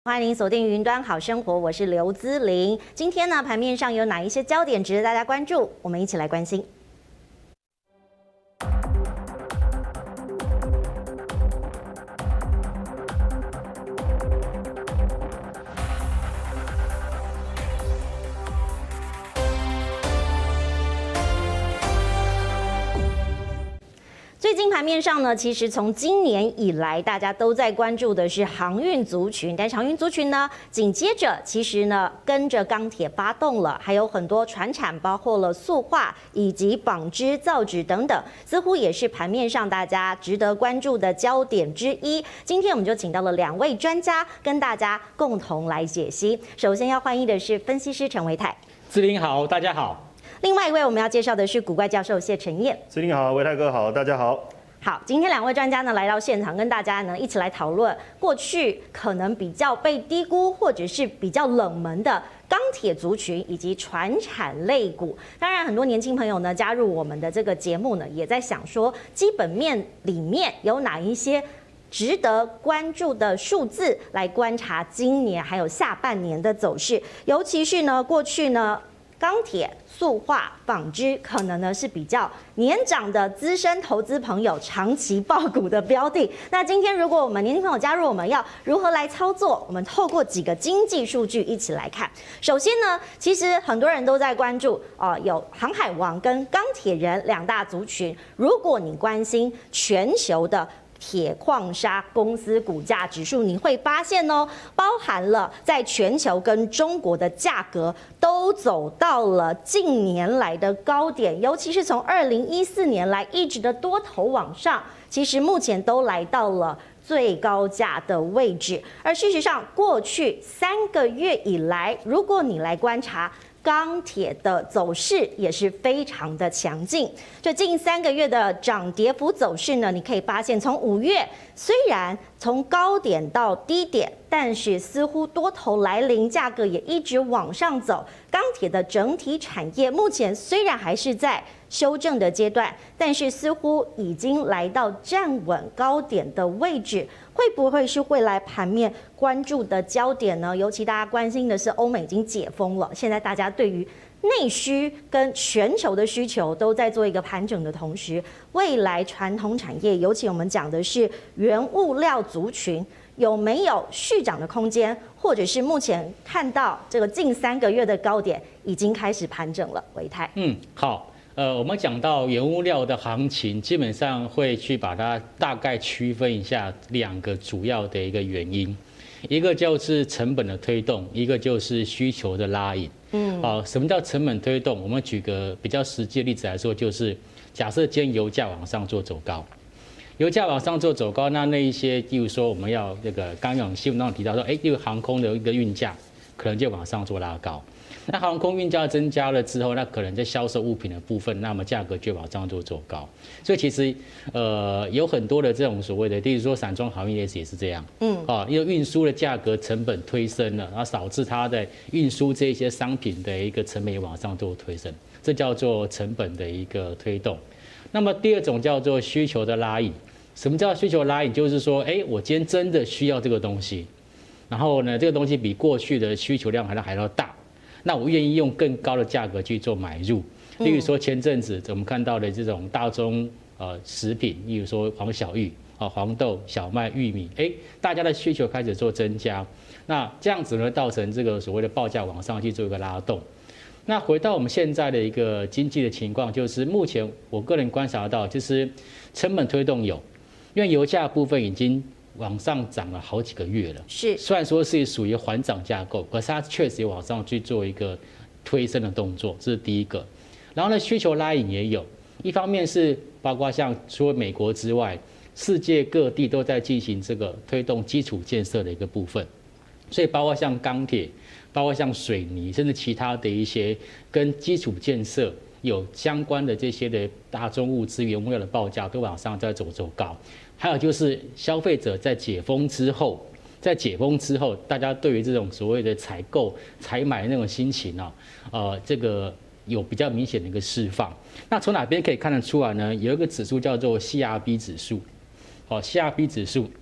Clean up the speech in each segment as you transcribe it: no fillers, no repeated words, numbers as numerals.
欢迎您锁定云端好生活，我是刘姿玲。今天呢，盘面上有哪一些焦点值得大家关注？我们一起来关心。最近盘面上呢，其实从今年以来，大家都在关注的是航运族群，但是航运族群呢，紧接着其实呢，跟着钢铁发动了，还有很多传产，包括了塑化以及纺织、造纸等等，似乎也是盘面上大家值得关注的焦点之一。今天我们就请到了2位专家，跟大家共同来解析。首先要欢迎的是分析师陈维泰， 姿玲好，大家好。 另外一位我们要介绍的是古怪教授谢承彦。 姿玲好，维泰哥好，大家好。 好，今天2位专家呢来到现场，跟大家呢一起来讨论过去可能比较被低估或者是比较冷门的钢铁族群以及传产类股。当然，很多年轻朋友呢加入我们的这个节目呢，也在想说基本面里面有哪一些值得关注的数字来观察今年还有下半年的走势，尤其是呢过去呢。钢铁、塑化、纺织可能呢是比较年长的资深投资朋友长期抱股的标的。那今天如果我们年轻朋友加入，我们要如何来操作？我们透过几个经济数据一起来看。首先呢，其实很多人都在关注有航海王跟钢铁人2大族群。如果你关心全球的铁矿砂公司股价指数，你会发现包含了在全球跟中国的价格都走到了近年来的高点，尤其是从2014年来一直的多头往上，其实目前都来到了最高价的位置。而事实上，过去3个月以来，如果你来观察钢铁的走势也是非常的强劲，这近3个月的涨跌幅走势呢，你可以发现，从5月虽然从高点到低点，但是似乎多头来临，价格也一直往上走。钢铁的整体产业目前虽然还是在修正的阶段，但是似乎已经来到站稳高点的位置。会不会是未来盘面关注的焦点呢？尤其大家关心的是欧美已经解封了，现在大家对于内需跟全球的需求都在做一个盘整的同时，未来传统产业，尤其我们讲的是原物料族群，有没有续涨的空间，或者是目前看到这个近3个月的高点已经开始盘整了？维泰， 好。我们讲到原物料的行情，基本上会去把它大概区分一下2个主要的一个原因，一个就是成本的推动，一个就是需求的拉引。什么叫成本推动？我们举个比较实际的例子来说，就是假设今天油价往上做走高，油价往上做走高，那一些，例如说我们要这个刚刚有新闻当中提到说，例如航空的一个运价可能就往上做拉高。那航空运价增加了之后，那可能在销售物品的部分，那么价格就往上做走高。所以其实有很多的这种所谓的，例如说散装航运也是这样，因为运输的价格成本推升了，然后导致它的运输这些商品的一个成本也往上做推升，这叫做成本的一个推动。那么第2种叫做需求的拉引。什么叫需求拉引？就是说，我今天真的需要这个东西，然后呢，这个东西比过去的需求量还要大。那我愿意用更高的价格去做买入，例如说前阵子我们看到的这种大宗食品，例如说黄小玉、黄豆、小麦、玉米，大家的需求开始做增加，那这样子呢，造成这个所谓的报价往上去做一个拉动。那回到我们现在的一个经济的情况，就是目前我个人观察到，就是成本推动有，因为油价部分已经往上涨了好几个月了， 是虽然说是属于缓涨架构，可是它确实也往上去做一个推升的动作，这是第一个。然后呢，需求拉引也有，一方面是包括像除了美国之外，世界各地都在进行这个推动基础建设的一个部分，所以包括像钢铁，包括像水泥，甚至其他的一些跟基础建设有相关的这些的大宗物资、原物料的报价都往上在走高。还有就是消费者在解封之后，大家对于这种所谓的采购、采买那种心情这个有比较明显的一个释放。那从哪边可以看得出来呢？有一个指数叫做 CRB 指数，CRB 指数，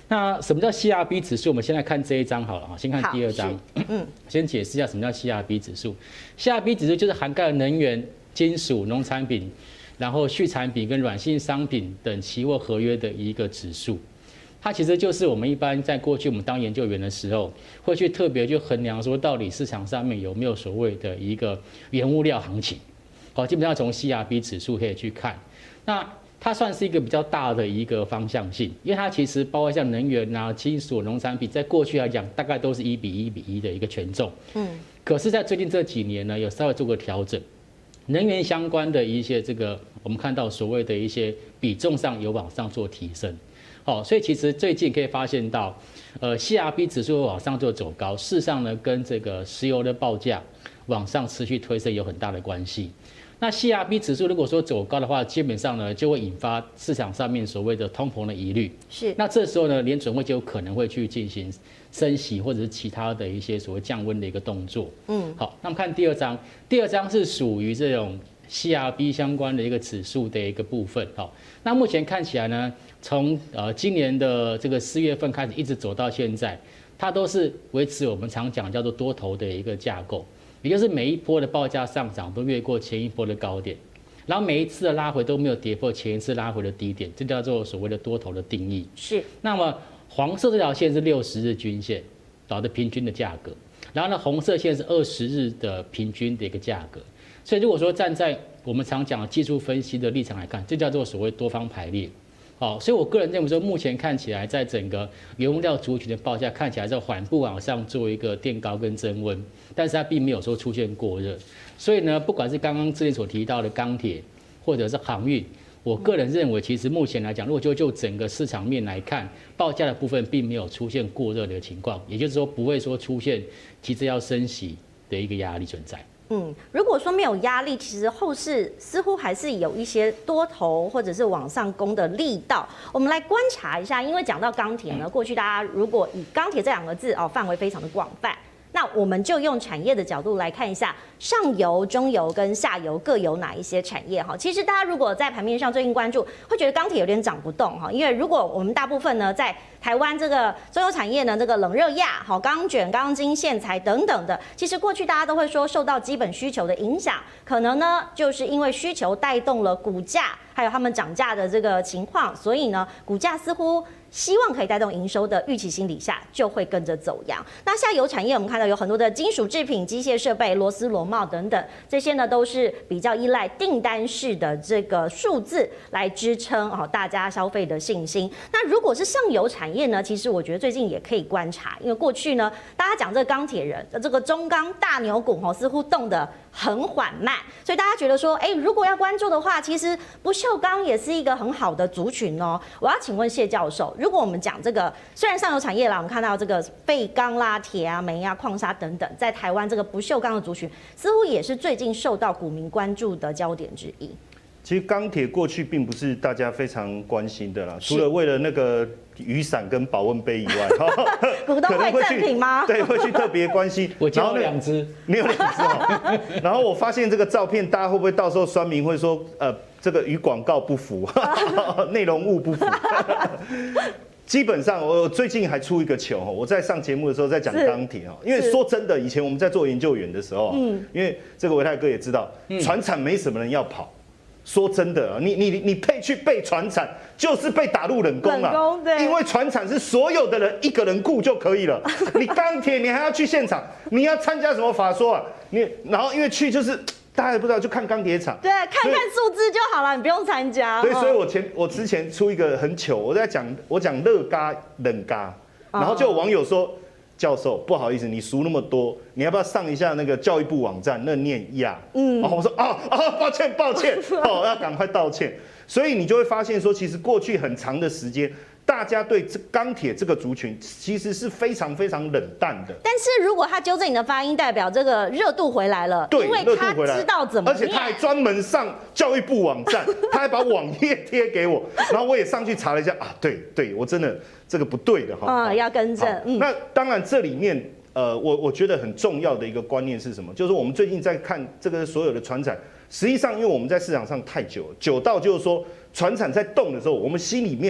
那什么叫 CRB 指数？我们现在看这一张好了啊，先看第二张。先解释一下什么叫 CRB 指数。CRB 指数就是涵盖了能源、金属、农产品，然后畜产品跟软性商品等期货合约的一个指数。它其实就是我们一般在过去我们当研究员的时候，会去特别去衡量说，到底市场上面有没有所谓的一个原物料行情。好，基本上从 CRB 指数可以去看。那它算是一个比较大的一个方向性，因为它其实包括像能源啊、金属、农产品，在过去来讲大概都是1:1:1的一个权重。可是，在最近这几年呢，有稍微做过调整，能源相关的一些我们看到所谓的一些比重上有往上做提升。好，所以其实最近可以发现到，CRB 指数往上做走高，事实上呢，跟这个石油的报价往上持续推升有很大的关系。那 CRB 指数如果说走高的话，基本上呢就会引发市场上面所谓的通膨的疑虑。 是。 那这时候呢，联准会就有可能会去进行升息或者是其他的一些所谓降温的一个动作。好，那么看第二章，第二章是属于这种 CRB 相关的一个指数的一个部分。好，那目前看起来呢，从今年的这个4月份开始一直走到现在，它都是维持我们常讲叫做多头的一个架构。也就是每一波的报价上涨都越过前一波的高点，然后每一次的拉回都没有跌破前一次拉回的低点，这叫做所谓的多头的定义。 是。 那么黄色这条线是60日均线的平均的价格，然后呢红色线是20日的平均的一个价格。所以如果说站在我们常讲的技术分析的立场来看，这叫做所谓多方排列。好，所以我个人认为说，目前看起来，在整个原物料族群的报价看起来在缓步往上做一个垫高跟增温，但是它并没有说出现过热。所以呢，不管是刚刚之前所提到的钢铁，或者是航运，我个人认为，其实目前来讲，如果就整个市场面来看，报价的部分并没有出现过热的情况，也就是说，不会说出现急着要升息的一个压力存在。 如果说没有压力，其实后市似乎还是有一些多头或者是往上攻的力道。我们来观察一下，因为讲到钢铁呢，过去大家如果以钢铁这2个字范围非常的广泛，那我们就用产业的角度来看一下，上游、中游跟下游各有哪一些产业哈。其实大家如果在盘面上最近关注，会觉得钢铁有点涨不动哈，因为如果我们大部分呢在台湾这个中游产业呢，这个冷热轧、钢卷、钢筋、线材等等的，其实过去大家都会说受到基本需求的影响，可能呢就是因为需求带动了股价，还有他们涨价的这个情况，所以呢股价似乎希望可以带动营收的预期心理下，就会跟着走扬。那下游产业我们看到有很多的金属制品、机械设备、螺丝螺帽等等，这些呢都是比较依赖订单式的这个数字来支撑大家消费的信心。那如果是上游产业呢，其实我觉得最近也可以观察，因为过去呢大家讲这个钢铁人这个中钢大牛股似乎动得很缓慢，所以大家觉得说，如果要关注的话，其实不锈钢也是一个很好的族群哦。我要请问谢教授，如果我们讲这个，虽然上游产业啦，我们看到这个废钢啦、铁啊、煤啊、矿砂等等，在台湾这个不锈钢的族群，似乎也是最近受到股民关注的焦点之一。 其实钢铁过去并不是大家非常关心的啦，除了为了那个雨伞跟保温杯以外， 股东会赠品吗？ 对，会去特别关心。 我交了2只， 你有2只哦。然后我发现这个照片，大家会不会到时候酸民会说，这个与广告不符，内容物不符？基本上，我最近还出一个球，我在上节目的时候在讲钢铁，因为说真的，以前我们在做研究员的时候，因为这个维泰哥也知道，传产没什么人要跑。说真的，你配去背传产，就是被打入冷宫了。因为传产是所有的人一个人雇就可以了。你钢铁你还要去现场，你要参加什么法说啊？然后因为去就是大家也不知道，就看钢铁厂。对， 看看数字就好了，你不用参加。 对，所以我之前出一个很糗，我讲热轧冷轧，然后就有网友说。教授，不好意思，你书那么多，你要不要上一下那个教育部网站那念亚？然后我说抱歉，要赶快道歉。所以你就会发现说，其实过去很长的时间，大家对钢铁这个族群其实是非常非常冷淡的。 但是如果他纠正你的发音，代表这个热度回来了， 对， 因为他知道怎么念， 而且他还专门上教育部网站，他还把网页贴给我，然后我也上去查了一下啊，对，我真的这个不对的哈， 要更正。 那当然这里面我觉得很重要的一个观念是什么？就是我们最近在看这个所有的传产，实际上因为我们在市场上太久到就是说传产在动的时候，我们心里面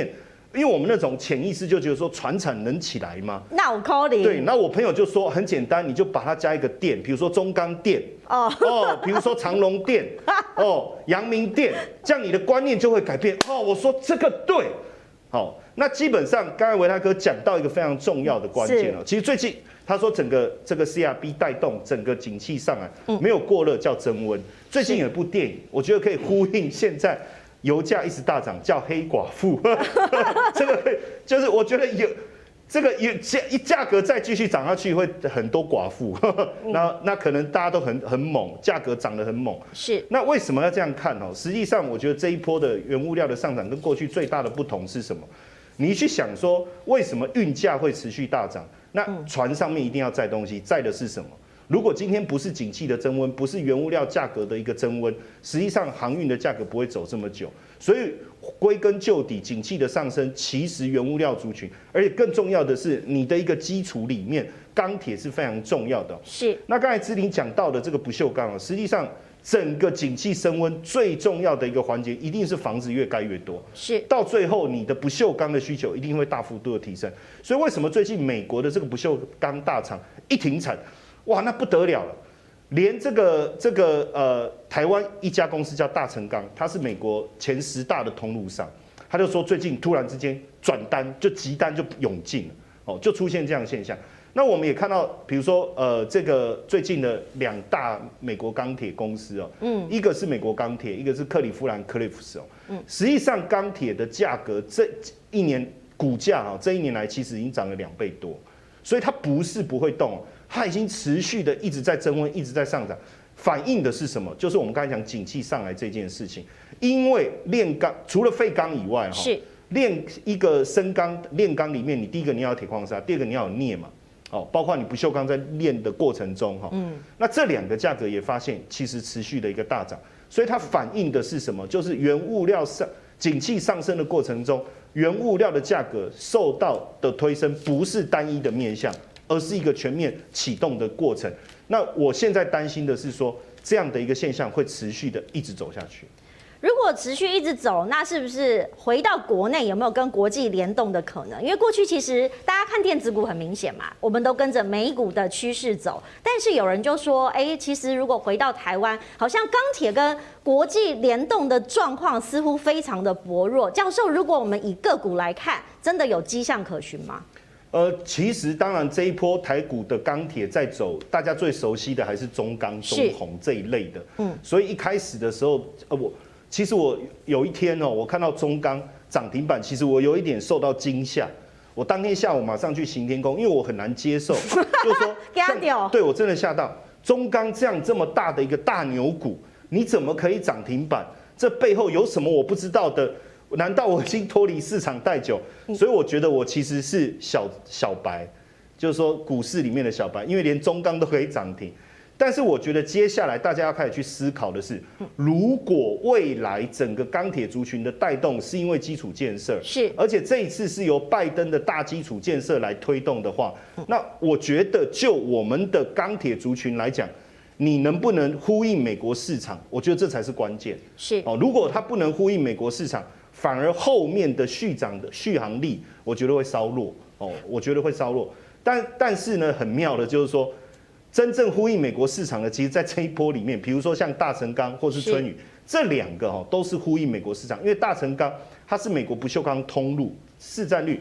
因为我们那种潜意识就觉得说传产能起来吗？ 那我 call 你。 对，那我朋友就说很简单，你就把它加一个店，比如说中钢店比如说长隆店阳明店，这样你的观念就会改变我说这个对，好，那基本上刚才维泰哥讲到一个非常重要的关键其实最近他说整个这个 CRB 带动整个景气上来，没有过热叫增温。最近有一部电影，我觉得可以呼应现在油价一直大涨，叫《黑寡妇》这个就是我觉得有。这个价格再继续涨下去，会很多寡妇，那可能大家都很猛，价格涨得很猛。 是。那为什么要这样看实际上，我觉得这一波的原物料的上涨跟过去最大的不同是什么？你去想说，为什么运价会持续大涨？那船上面一定要载东西，载的是什么？如果今天不是景气的增温，不是原物料价格的一个增温，实际上航运的价格不会走这么久。所以归根究底，景气的上升其实原物料族群，而且更重要的是你的一个基础里面，钢铁是非常重要的。 是。 那刚才芝绫讲到的这个不锈钢实际上整个景气升温最重要的一个环节，一定是房子越盖越多。 是。到最后，你的不锈钢的需求一定会大幅度的提升。所以为什么最近美国的这个不锈钢大厂一停产？哇，那不得了了！连台湾一家公司叫大成钢，它是美国前10大的通路商，他就说最近突然之间转单就急单就涌进了，就出现这样的现象。那我们也看到，比如说这个最近的2大美国钢铁公司一个是美国钢铁，一个是克利夫兰 Cliffs 实际上钢铁的价格这一年股价这一年来其实已经涨了2倍多，所以它不是不会动。它已经持续的一直在增温，一直在上涨，反映的是什么？就是我们刚才讲景气上来这件事情。因为炼钢除了废钢以外，炼一个生钢炼钢里面，你第一个你要有铁矿砂，第二个你要有镍嘛，包括你不锈钢在炼的过程中，那这2个价格也发现其实持续的一个大涨，所以它反映的是什么？就是原物料景气上升的过程中，原物料的价格受到的推升不是单一的面向。而是一个全面启动的过程。那我现在担心的是说，这样的一个现象会持续的一直走下去。 如果持续一直走，那是不是回到国内有没有跟国际联动的可能？因为过去其实大家看电子股很明显嘛，我们都跟着美股的趋势走。但是有人就说，其实如果回到台湾，好像钢铁跟国际联动的状况似乎非常的薄弱。教授，如果我们以个股来看，真的有迹象可循吗？ 其实当然这一波台股的钢铁在走，大家最熟悉的还是中钢、中红这一类的。所以一开始的时候，其实我有一天我看到中钢涨停板，其实我有一点受到惊吓。我当天下午马上去行天宫，因为我很难接受，就是说，对我真的吓到。中钢这么大的一个大牛股，你怎么可以涨停板？这背后有什么我不知道的？难道我已经脱离市场太久？所以我觉得我其实是小白，就是说股市里面的小白，因为连中钢都可以涨停。但是我觉得接下来大家要开始去思考的是，如果未来整个钢铁族群的带动是因为基础建设，而且这一次是由拜登的大基础建设来推动的话，那我觉得就我们的钢铁族群来讲，你能不能呼应美国市场？我觉得这才是关键。如果它不能呼应美国市场，反而后面的续航力，我觉得会稍弱我觉得会稍弱。但是呢，很妙的就是说，真正呼应美国市场的，其实在这一波里面，比如说像大成钢或是春雨，这2个都是呼应美国市场，因为大成钢它是美国不锈钢通路市占率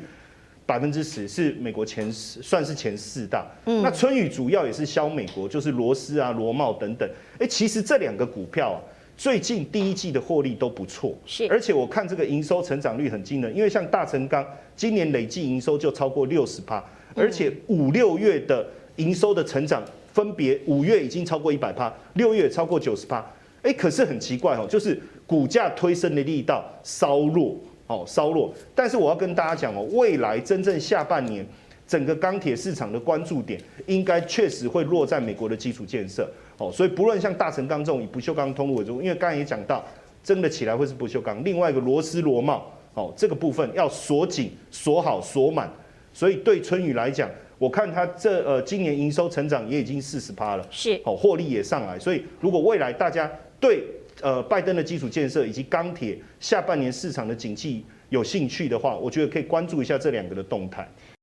10%，是美国算是前4大。那春雨主要也是销美国，就是螺丝啊、螺帽等等。其实这2个股票最近第一季的获利都不错，而且我看这个营收成长率很惊人，因为像大成钢今年累计营收就超过60%，而且5、6月的营收的成长分别5月已经超过100%，6月超过90%。可是很奇怪就是股价推升的力道稍弱但是我要跟大家讲未来真正下半年整个钢铁市场的关注点，应该确实会落在美国的基础建设。所以不论像大成钢这种以不锈钢通路为主，因为刚才也讲到，真的起来会是不锈钢。另外一个螺丝螺帽，这个部分要锁紧、锁好、锁满。所以对春雨来讲，我看它今年营收成长也已经40%了，获利也上来。所以如果未来大家对拜登的基础建设以及钢铁下半年市场的景气有兴趣的话，我觉得可以关注一下这2个的动态。